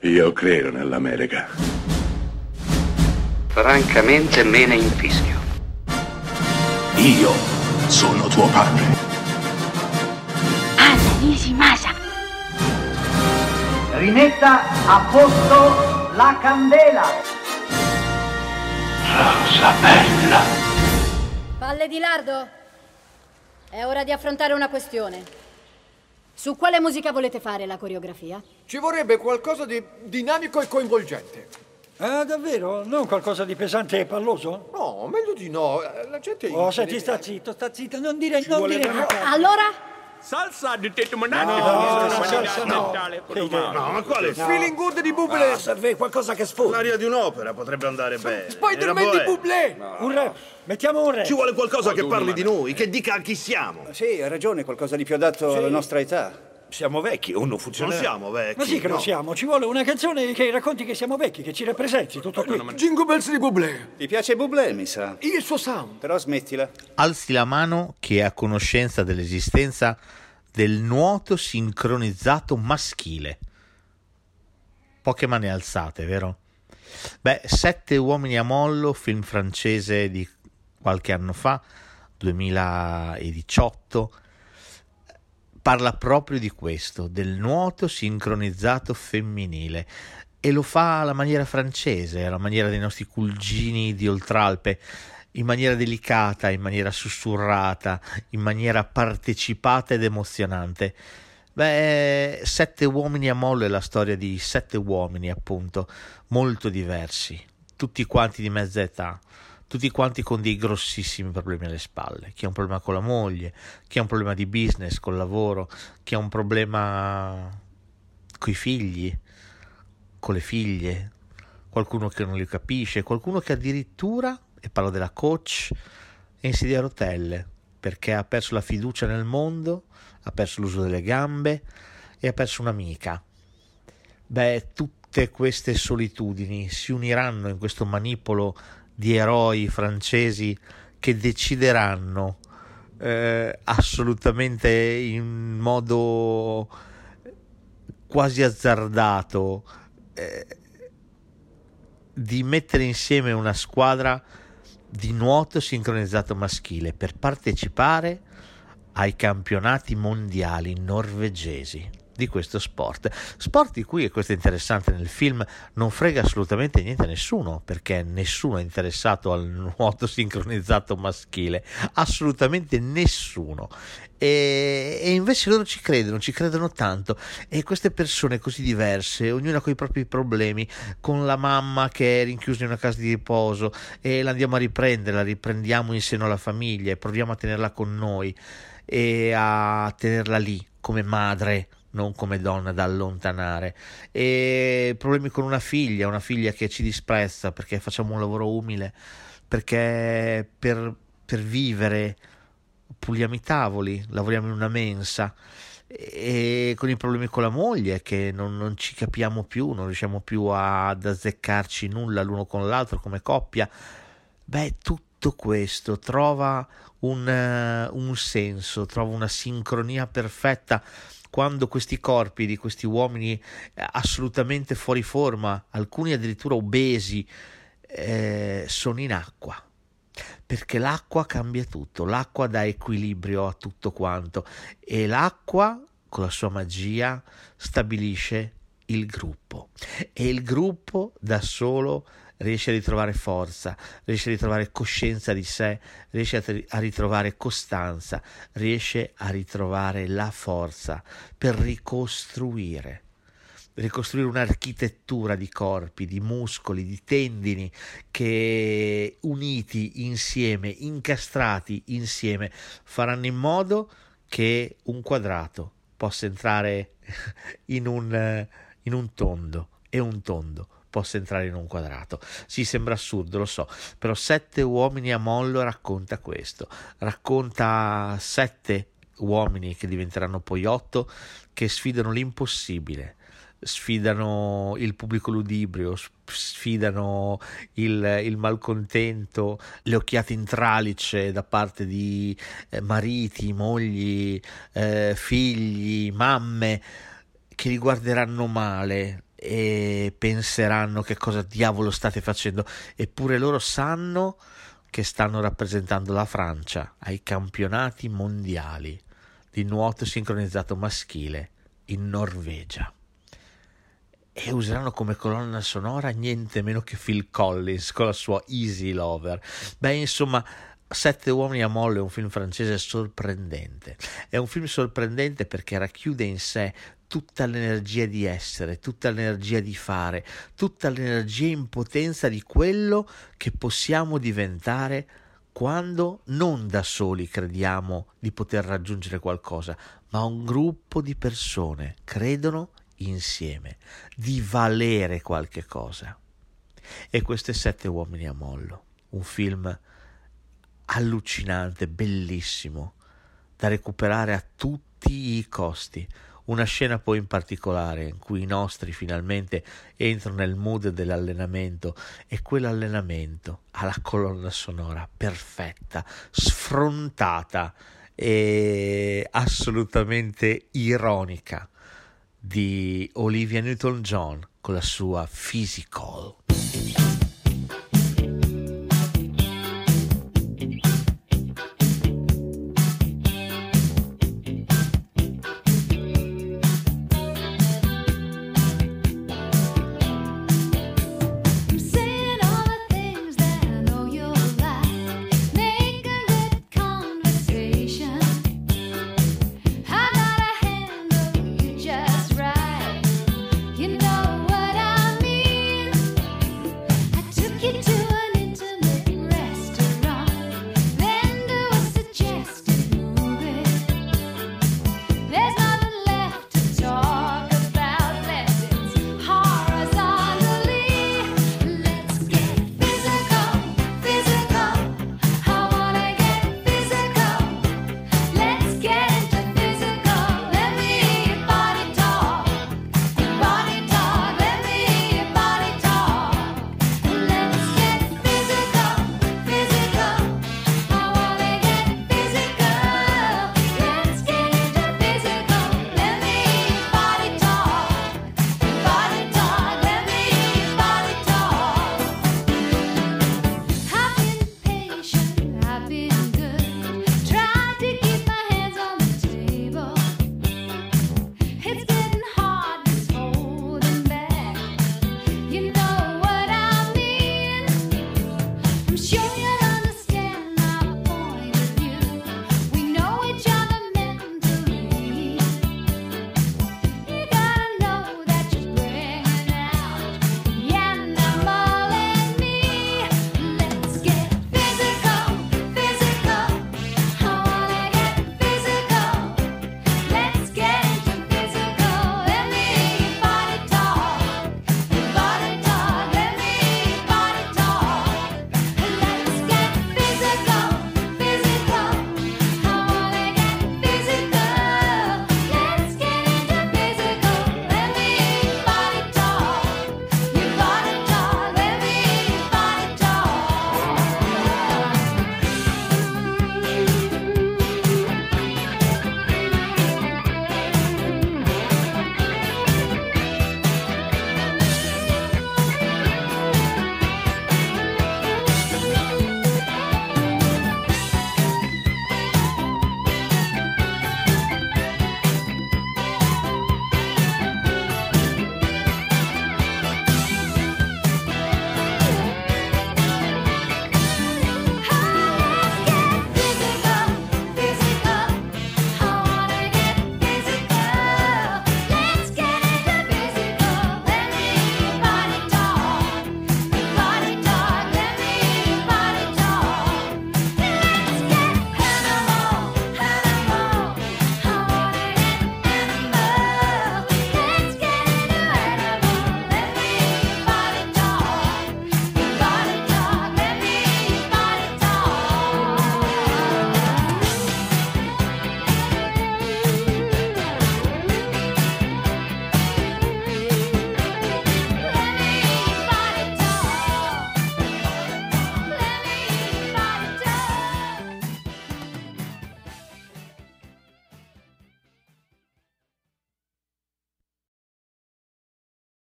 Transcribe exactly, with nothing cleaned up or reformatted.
Io credo nell'America. Francamente me ne infischio. Io sono tuo padre. Anna Nishimasa. Rimetta a posto la candela. Rosa bella. Palle di lardo. È ora di affrontare una questione. Su quale musica volete fare la coreografia? Ci vorrebbe qualcosa di dinamico e coinvolgente. Ah, davvero? Non qualcosa di pesante e palloso? No, meglio di no. La gente... Oh, senti, sta zitto, sta zitto, non dire, non dire una cosa. Allora? Salsa di tetto manati. No, no, salsa no. No, ma quale? No. Feeling good di Bublé. Ah, serve qualcosa che sfondi. L'aria di un'opera potrebbe andare bene. Spider-Man di Bublé. No. Un rap. Mettiamo un rap. Ci vuole qualcosa no, che parli di noi, che dica chi siamo. Sì, hai ragione, qualcosa di più adatto sì. alla nostra età. Siamo vecchi o non funziona? Non siamo vecchi. Ma sì che no. lo siamo, ci vuole una canzone che racconti che siamo vecchi, che ci rappresenti, tutto qui. No, no, Jingle Bells di Bublé. Ti piace Bublé, mi sa? Il suo sound. Però smettila. Alzi la mano chi è a conoscenza dell'esistenza del nuoto sincronizzato maschile. Poche mani alzate, vero? Beh, Sette uomini a mollo, film francese di qualche anno fa, duemiladiciotto, parla proprio di questo, del nuoto sincronizzato femminile, e lo fa alla maniera francese, alla maniera dei nostri cugini di Oltralpe, in maniera delicata, in maniera sussurrata, in maniera partecipata ed emozionante. Beh, Sette uomini a mollo è la storia di sette uomini, appunto, molto diversi, tutti quanti di mezza età, tutti quanti con dei grossissimi problemi alle spalle. Chi ha un problema con la moglie, chi ha un problema di business, col lavoro, chi ha un problema coi figli, con le figlie, qualcuno che non li capisce, qualcuno che addirittura, e parlo della coach, è in sedia a rotelle perché ha perso la fiducia nel mondo, ha perso l'uso delle gambe e ha perso un'amica. Beh, tutte queste solitudini si uniranno in questo manipolo di eroi francesi che decideranno eh, assolutamente in modo quasi azzardato eh, di mettere insieme una squadra di nuoto sincronizzato maschile per partecipare ai campionati mondiali norvegesi di questo sport, sport di cui, e questo è interessante nel film, non frega assolutamente niente a nessuno, perché nessuno è interessato al nuoto sincronizzato maschile, assolutamente nessuno, e, e invece loro ci credono, ci credono tanto, e queste persone così diverse, ognuna con i propri problemi, con la mamma che è rinchiusa in una casa di riposo e la andiamo a riprendere, la riprendiamo in seno alla famiglia e proviamo a tenerla con noi e a tenerla lì come madre, non come donna da allontanare, e problemi con una figlia, una figlia che ci disprezza perché facciamo un lavoro umile, perché per, per vivere puliamo i tavoli, lavoriamo in una mensa, e con i problemi con la moglie che non, non ci capiamo più, non riusciamo più ad azzeccarci nulla l'uno con l'altro come coppia. Beh, tutto questo trova un, uh, un senso, trova una sincronia perfetta quando questi corpi di questi uomini assolutamente fuori forma, alcuni addirittura obesi, eh, sono in acqua, perché l'acqua cambia tutto, l'acqua dà equilibrio a tutto quanto, e l'acqua con la sua magia stabilisce il gruppo, e il gruppo da solo riesce a ritrovare forza, riesce a ritrovare coscienza di sé, riesce a ritrovare costanza, riesce a ritrovare la forza per ricostruire, ricostruire un'architettura di corpi, di muscoli, di tendini che uniti insieme, incastrati insieme, faranno in modo che un quadrato possa entrare in un, in un tondo, e un tondo possa entrare in un quadrato. Sì, sembra assurdo, lo so, però Sette uomini a mollo racconta questo, racconta sette uomini che diventeranno poi otto, che sfidano l'impossibile, sfidano il pubblico ludibrio, sfidano il, il malcontento, le occhiate in tralice da parte di eh, mariti, mogli, eh, figli, mamme, che li guarderanno male e penseranno che cosa diavolo state facendo, eppure loro sanno che stanno rappresentando la Francia ai campionati mondiali di nuoto sincronizzato maschile in Norvegia. E useranno come colonna sonora niente meno che Phil Collins con la sua Easy Lover. Beh, insomma, Sette uomini a mollo è un film francese sorprendente. È un film sorprendente perché racchiude in sé tutta l'energia di essere, tutta l'energia di fare, tutta l'energia in potenza di quello che possiamo diventare quando non da soli crediamo di poter raggiungere qualcosa, ma un gruppo di persone credono insieme di valere qualche cosa. E questo è Sette uomini a mollo, un film allucinante, bellissimo, da recuperare a tutti i costi. Una scena poi in particolare in cui i nostri finalmente entrano nel mood dell'allenamento e quell'allenamento ha la colonna sonora perfetta, sfrontata e assolutamente ironica di Olivia Newton-John con la sua Physical. Sure.